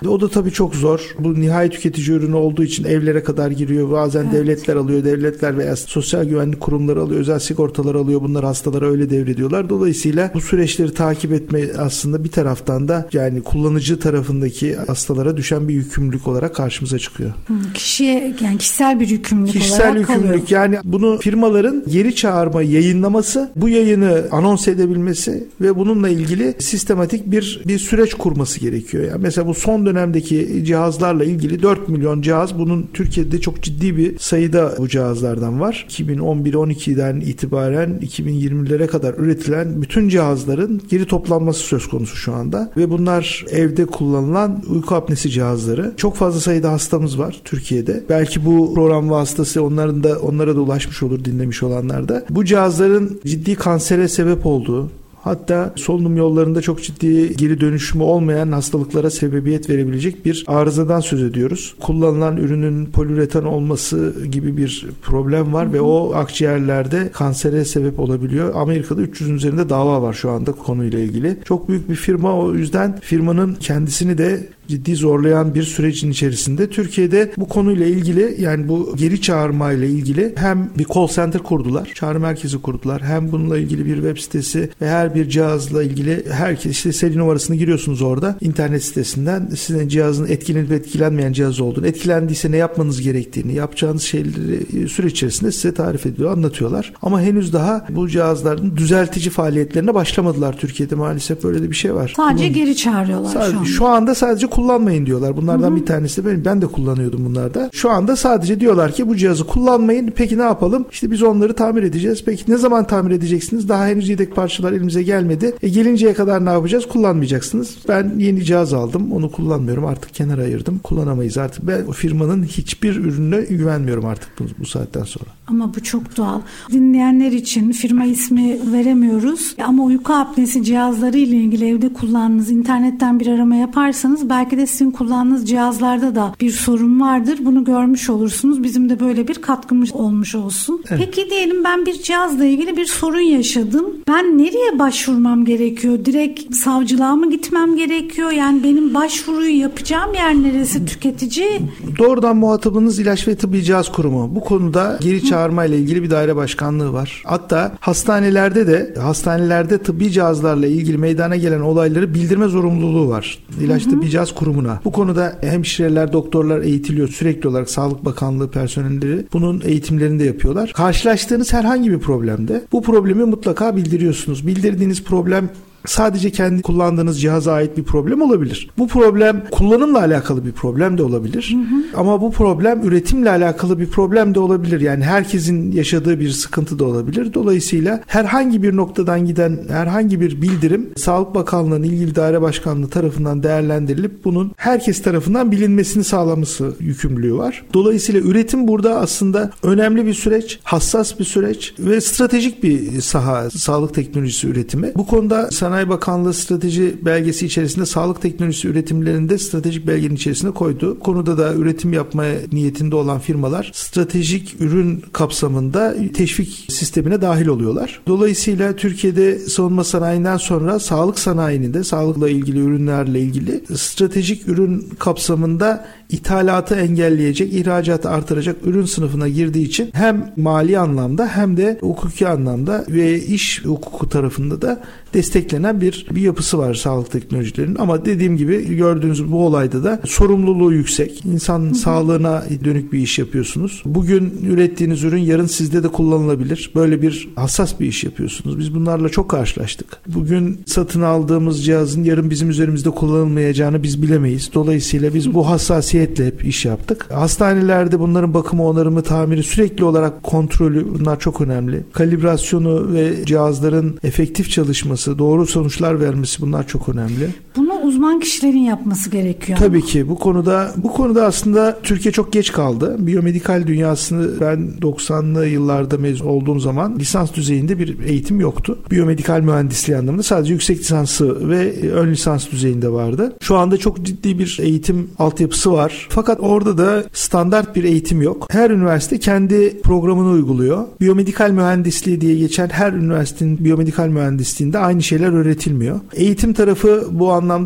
O da tabii çok zor. Bu nihai tüketici ürünü olduğu için evlere kadar giriyor. Bazen devletler alıyor. Devletler veya sosyal güvenlik kurumları alıyor. Özel sigortalar alıyor. Bunları hastalara öyle devrediyorlar. Dolayısıyla bu süreçleri takip etme aslında bir taraftan da yani kullanıcı tarafındaki hastalara düşen bir yükümlülük olarak karşımıza çıkıyor. Kişiye yani kişisel bir yükümlülük olarak kalıyor. Yani bunu firmaların geri çağırma yayınlaması, bu yayını anons edebilmesi ve bununla ilgili sistematik bir süreç kurması gerekiyor. Yani mesela bu son dönemdeki cihazlarla ilgili 4 milyon cihaz, bunun Türkiye'de çok ciddi bir sayıda bu cihazlardan var. 2011-12'den itibaren 2020'lere kadar üretilen bütün cihazların geri toplanması söz konusu şu anda ve bunlar evde kullanılan uyku apnesi cihazları. Çok fazla sayıda hastamız var Türkiye'de. Belki bu program vasıtası onlara da ulaşmış olur dinlemiş olanlar da. Bu cihazların ciddi kansere sebep olduğu, hatta solunum yollarında çok ciddi geri dönüşümü olmayan hastalıklara sebebiyet verebilecek bir arızadan söz ediyoruz. Kullanılan ürünün poliüretan olması gibi bir problem var ve o akciğerlerde kansere sebep olabiliyor. Amerika'da 300'ün üzerinde dava var şu anda konuyla ilgili. Çok büyük bir firma, o yüzden firmanın kendisini de ciddi zorlayan bir sürecin içerisinde. Türkiye'de bu konuyla ilgili, yani bu geri çağırma ile ilgili hem bir call center kurdular, çağrı merkezi kurdular, hem bununla ilgili bir web sitesi ve her bir cihazla ilgili herkes işte seri numarasını giriyorsunuz orada internet sitesinden, sizin cihazın etkilenip etkilenmeyen cihaz olduğunu, etkilendiyse ne yapmanız gerektiğini, yapacağınız şeyleri süreç içerisinde size tarif ediyor, anlatıyorlar. Ama henüz daha bu cihazların düzeltici faaliyetlerine başlamadılar Türkiye'de, maalesef böyle de bir şey var. Sadece geri çağırıyorlar şu anda sadece kullanmayın diyorlar. Bunlardan bir tanesi de ben de kullanıyordum bunlarda. Şu anda sadece diyorlar ki bu cihazı kullanmayın. Peki ne yapalım? İşte biz onları tamir edeceğiz. Peki ne zaman tamir edeceksiniz? Daha henüz yedek parçalar elimize gelmedi. Gelinceye kadar ne yapacağız? Kullanmayacaksınız. Ben yeni cihaz aldım. Onu kullanmıyorum. Artık kenara ayırdım. Kullanamayız artık. Ben o firmanın hiçbir ürününe güvenmiyorum artık bu saatten sonra. Ama bu çok doğal. Dinleyenler için firma ismi veremiyoruz. Ama uyku apnesi cihazları ile ilgili evde kullandığınız, internetten bir arama yaparsanız belki de sizin kullandığınız cihazlarda da bir sorun vardır. Bunu görmüş olursunuz. Bizim de böyle bir katkımız olmuş olsun. Evet. Peki diyelim ben bir cihazla ilgili bir sorun yaşadım. Ben nereye başvurmam gerekiyor? Direkt savcılığa mı gitmem gerekiyor? Yani benim başvuruyu yapacağım yer neresi, tüketici? Doğrudan muhatabınız İlaç ve Tıbbi Cihaz Kurumu. Bu konuda geri çağırma ile ilgili bir daire başkanlığı var. Hatta hastanelerde tıbbi cihazlarla ilgili meydana gelen olayları bildirme zorunluluğu var. İlaç Tıbbi Cihaz Kurumu'na. Bu konuda hemşireler, doktorlar eğitiliyor. Sürekli olarak Sağlık Bakanlığı personelleri bunun eğitimlerini de yapıyorlar. Karşılaştığınız herhangi bir problemde bu problemi mutlaka bildiriyorsunuz. Bildirdiğiniz problem sadece kendi kullandığınız cihaza ait bir problem olabilir. Bu problem kullanımla alakalı bir problem de olabilir. Ama bu problem üretimle alakalı bir problem de olabilir. Yani herkesin yaşadığı bir sıkıntı da olabilir. Dolayısıyla herhangi bir noktadan giden herhangi bir bildirim Sağlık Bakanlığı'nın ilgili daire başkanlığı tarafından değerlendirilip bunun herkes tarafından bilinmesini sağlaması yükümlülüğü var. Dolayısıyla üretim burada aslında önemli bir süreç, hassas bir süreç ve stratejik bir saha, sağlık teknolojisi üretimi. Bu konuda Sanayi Bakanlığı strateji belgesi içerisinde sağlık teknolojisi üretimlerinde stratejik belgenin içerisine koydu. Konuda da üretim yapmaya niyetinde olan firmalar stratejik ürün kapsamında teşvik sistemine dahil oluyorlar. Dolayısıyla Türkiye'de savunma sanayinden sonra sağlık sanayinin de sağlıkla ilgili ürünlerle ilgili stratejik ürün kapsamında ithalatı engelleyecek, ihracatı artıracak ürün sınıfına girdiği için hem mali anlamda hem de hukuki anlamda ve iş hukuku tarafında da desteklenen bir yapısı var sağlık teknolojilerinin. Ama dediğim gibi gördüğünüz bu olayda da sorumluluğu yüksek. İnsan sağlığına dönük bir iş yapıyorsunuz. Bugün ürettiğiniz ürün yarın sizde de kullanılabilir. Böyle bir hassas bir iş yapıyorsunuz. Biz bunlarla çok karşılaştık. Bugün satın aldığımız cihazın yarın bizim üzerimizde kullanılmayacağını biz bilemeyiz. Dolayısıyla biz bu hassasiyetle hep iş yaptık. Hastanelerde bunların bakımı, onarımı, tamiri, sürekli olarak kontrolü, bunlar çok önemli. Kalibrasyonu ve cihazların efektif çalışması, doğru sonuçlar vermesi, bunlar çok önemli. Bunu uzman kişilerin yapması gerekiyor. Tabii ki bu konuda aslında Türkiye çok geç kaldı. Biyomedikal dünyasını ben 90'lı yıllarda mezun olduğum zaman lisans düzeyinde bir eğitim yoktu. Biyomedikal mühendisliği anlamında sadece yüksek lisansı ve ön lisans düzeyinde vardı. Şu anda çok ciddi bir eğitim altyapısı var. Fakat orada da standart bir eğitim yok. Her üniversite kendi programını uyguluyor. Biyomedikal mühendisliği diye geçen her üniversitenin biyomedikal mühendisliğinde aynı şeyler öğretilmiyor. Eğitim tarafı bu anlamda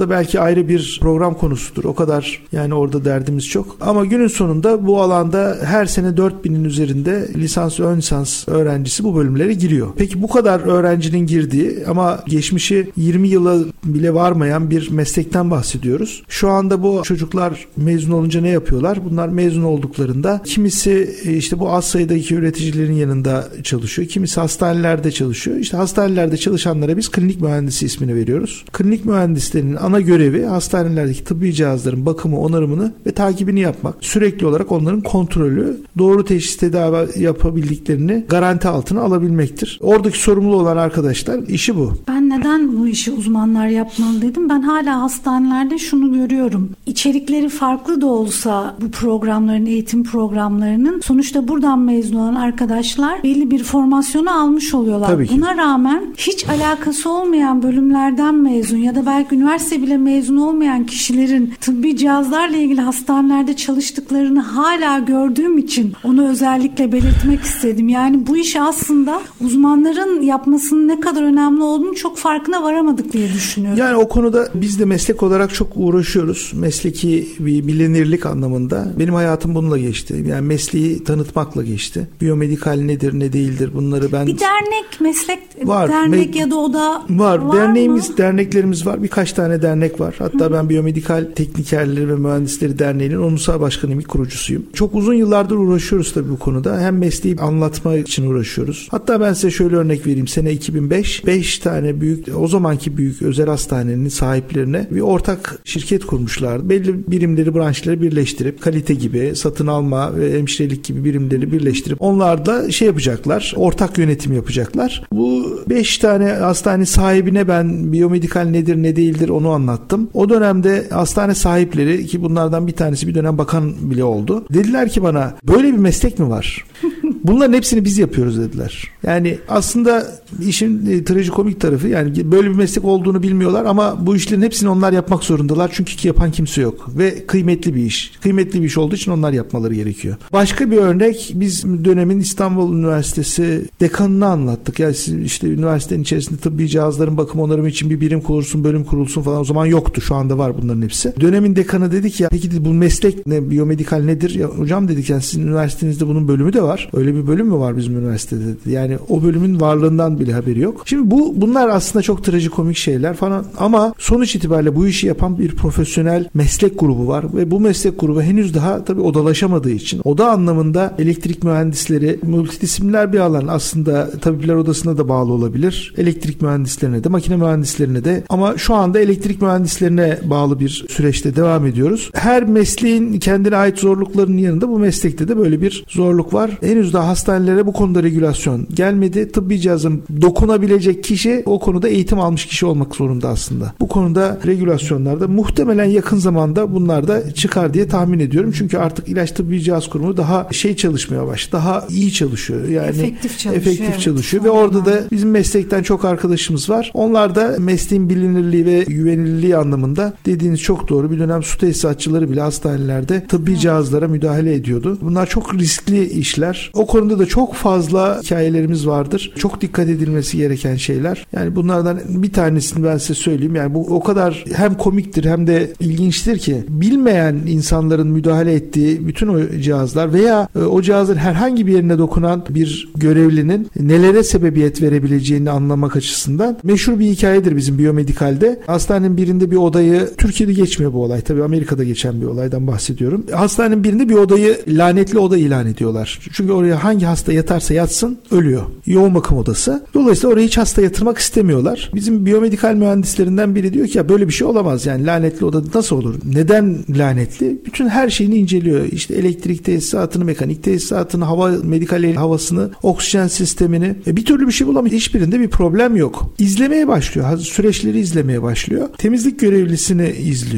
da belki ayrı bir program konusudur. O kadar yani orada derdimiz çok. Ama günün sonunda bu alanda her sene 4000'in üzerinde lisans ve ön lisans öğrencisi bu bölümlere giriyor. Peki bu kadar öğrencinin girdiği ama geçmişi 20 yıla bile varmayan bir meslekten bahsediyoruz. Şu anda bu çocuklar mezun olunca ne yapıyorlar? Bunlar mezun olduklarında kimisi işte bu az sayıdaki üreticilerin yanında çalışıyor. Kimisi hastanelerde çalışıyor. İşte hastanelerde çalışanlara biz klinik mühendisi ismini veriyoruz. Klinik mühendislerinin ana görevi hastanelerdeki tıbbi cihazların bakımı, onarımını ve takibini yapmak. Sürekli olarak onların kontrolü, doğru teşhis tedavi yapabildiklerini garanti altına alabilmektir. Oradaki sorumlu olan arkadaşlar işi bu. Ben neden bu işi uzmanlar yapmalı dedim. Ben hala hastanelerde şunu görüyorum. İçerikleri farklı da olsa bu programların, eğitim programlarının sonuçta buradan mezun olan arkadaşlar belli bir formasyonu almış oluyorlar. Tabii ki. Buna rağmen hiç alakası olmayan bölümlerden mezun ya da belki üniversite bile mezun olmayan kişilerin tıbbi cihazlarla ilgili hastanelerde çalıştıklarını hala gördüğüm için onu özellikle belirtmek istedim. Yani bu işi aslında uzmanların yapmasının ne kadar önemli olduğunu çok farkına varamadık diye düşünüyorum. Yani o konuda biz de meslek olarak çok uğraşıyoruz. Mesleki bir bilinirlik anlamında. Benim hayatım bununla geçti. Yani mesleği tanıtmakla geçti. Biyomedikal nedir, ne değildir bunları ben... Bir dernek, meslek var. Dernek ya da oda var. Derneğimiz, mı? Derneklerimiz var. Birkaç tane dernek var. Hatta ben Biyomedikal Teknikerleri ve Mühendisleri Derneği'nin onursal başkanıyım, kurucusuyum. Çok uzun yıllardır uğraşıyoruz tabii bu konuda. Hem mesleği anlatmak için uğraşıyoruz. Hatta ben size şöyle örnek vereyim. Sene 2005, 5 tane büyük, o zamanki büyük özel hastanenin sahiplerine bir ortak şirket kurmuşlardı. Belli birimleri, branşları birleştirip kalite gibi, satın alma ve hemşirelik gibi birimleri birleştirip onlarla şey yapacaklar. Ortak yönetim yapacaklar. Bu 5 tane hastane sahibine ben biyomedikal nedir, ne değildir onu anlattım. O dönemde hastane sahipleri, ki bunlardan bir tanesi bir dönem bakan bile oldu. Dediler ki bana, böyle bir meslek mi var? Bunların hepsini biz yapıyoruz dediler. Yani aslında işin trajikomik tarafı, yani böyle bir meslek olduğunu bilmiyorlar ama bu işlerin hepsini onlar yapmak zorundalar. Çünkü yapan kimse yok. Ve kıymetli bir iş. Kıymetli bir iş olduğu için onlar yapmaları gerekiyor. Başka bir örnek, biz dönemin İstanbul Üniversitesi dekanını anlattık. Yani işte üniversitenin içerisinde tıbbi cihazların bakım onarımı için bir birim kurulsun, bölüm kurulsun falan. O zaman yoktu. Şu anda var bunların hepsi. Dönemin dekanı dedik ya, peki bu meslek ne, biyomedikal nedir? Ya hocam dedik, yani sizin üniversitenizde bunun bölümü de var. Öyle bir bölüm mü var bizim üniversitede? Yani o bölümün varlığından bile haberi yok. Şimdi bunlar aslında çok trajikomik şeyler falan ama sonuç itibariyle bu işi yapan bir profesyonel meslek grubu var ve bu meslek grubu henüz daha tabii odalaşamadığı için, oda anlamında elektrik mühendisleri multidisipliner bir alan, aslında tabipler odasına da bağlı olabilir. Elektrik mühendislerine de, makine mühendislerine de, ama şu anda elektrik mühendislerine bağlı bir süreçte devam ediyoruz. Her mesleğin kendine ait zorluklarının yanında bu meslekte de böyle bir zorluk var. Henüz daha hastanelere bu konuda regülasyon gelmedi. Tıbbi cihazın dokunabilecek kişi o konuda eğitim almış kişi olmak zorunda aslında. Bu konuda regülasyonlarda muhtemelen yakın zamanda bunlar da çıkar diye tahmin ediyorum. Çünkü artık ilaç tıbbi cihaz kurumu daha çalışmaya başladı. Daha iyi çalışıyor. Yani efektif çalışıyor ve orada da bizim meslekten çok arkadaşımız var. Onlar da mesleğin bilinirliği ve güvenilirliği anlamında dediğiniz çok doğru. Bir dönem su tesisatçıları bile hastanelerde tıbbi cihazlara müdahale ediyordu. Bunlar çok riskli işler. O konuda da çok fazla hikayelerimiz vardır. Çok dikkat edilmesi gereken şeyler. Yani bunlardan bir tanesini ben size söyleyeyim. Yani bu o kadar hem komiktir hem de ilginçtir ki bilmeyen insanların müdahale ettiği bütün o cihazlar veya o cihazın herhangi bir yerine dokunan bir görevlinin nelere sebebiyet verebileceğini anlamak açısından meşhur bir hikayedir bizim biyomedikalde. Hastanenin birinde bir odayı, Türkiye'de geçmiyor bu olay. Tabii Amerika'da geçen bir olaydan bahsediyorum. Hastanenin birinde bir odayı lanetli oda ilan ediyorlar. Çünkü oraya hangi hasta yatarsa yatsın ölüyor. Yoğun bakım odası. Dolayısıyla oraya hiç hasta yatırmak istemiyorlar. Bizim biyomedikal mühendislerinden biri diyor ki ya böyle bir şey olamaz. Yani lanetli oda nasıl olur? Neden lanetli? Bütün her şeyini inceliyor. İşte elektrik tesisatını, mekanik tesisatını, hava, medikal havasını, oksijen sistemini. Bir türlü bir şey bulamıyor. Hiçbirinde bir problem yok. İzlemeye başlıyor. Süreçleri izlemeye başlıyor. Temizlik görevlisini izliyor.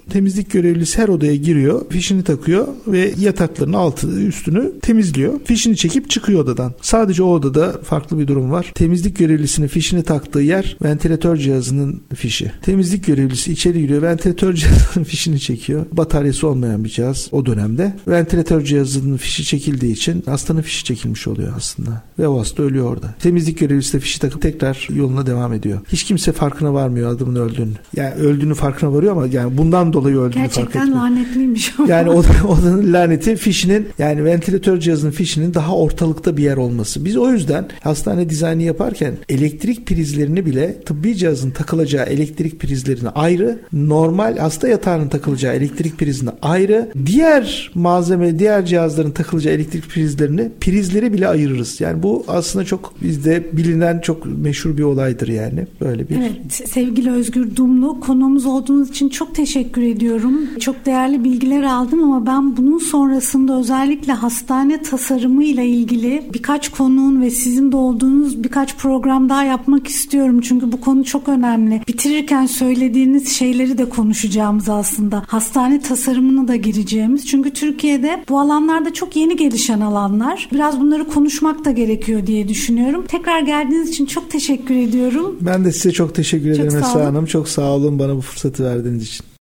Temizlik görevlisi her odaya giriyor, fişini takıyor ve yatakların altı üstünü temizliyor. Fişini çekip çıkıyor odadan. Sadece o odada farklı bir durum var. Temizlik görevlisinin fişini taktığı yer ventilatör cihazının fişi. Temizlik görevlisi içeri giriyor, ventilatör cihazının fişini çekiyor. Bataryası olmayan bir cihaz o dönemde. Ventilatör cihazının fişi çekildiği için hastanın fişi çekilmiş oluyor aslında. Ve o hasta ölüyor orada. Temizlik görevlisi de fişi takıp tekrar yoluna devam ediyor. Hiç kimse farkına varmıyor adamın öldüğünü. Yani öldüğünü farkına varıyor ama yani bundan dolayı öldüğünü fark etmiyor. Gerçekten lanetliymiş o. Yani odanın laneti fişinin, yani ventilatör cihazının fişinin daha ortalıkta bir yer olması. Biz o yüzden hastane dizaynı yaparken elektrik prizlerini bile, tıbbi cihazın takılacağı elektrik prizlerini ayrı, normal hasta yatağının takılacağı elektrik prizini ayrı, diğer malzeme, diğer cihazların takılacağı elektrik prizleri bile ayırırız. Yani bu aslında çok bizde bilinen, çok meşhur bir olaydır yani. Böyle bir. Evet, sevgili Özgür Dumlu, konuğumuz olduğunuz için çok teşekkür ediyorum. Çok değerli bilgiler aldım ama ben bunun sonrasında özellikle hastane tasarımı ile ilgili birkaç konuğun ve sizin de olduğunuz birkaç program daha yapmak istiyorum. Çünkü bu konu çok önemli. Bitirirken söylediğiniz şeyleri de konuşacağımız aslında. Hastane tasarımına da gireceğimiz. Çünkü Türkiye'de bu alanlarda çok yeni gelişen alanlar. Biraz bunları konuşmak da gerekiyor diye düşünüyorum. Tekrar geldiğiniz için çok teşekkür ediyorum. Ben de size çok teşekkür ederim Esra Hanım. Çok sağ olun bana bu fırsatı verdiğiniz için.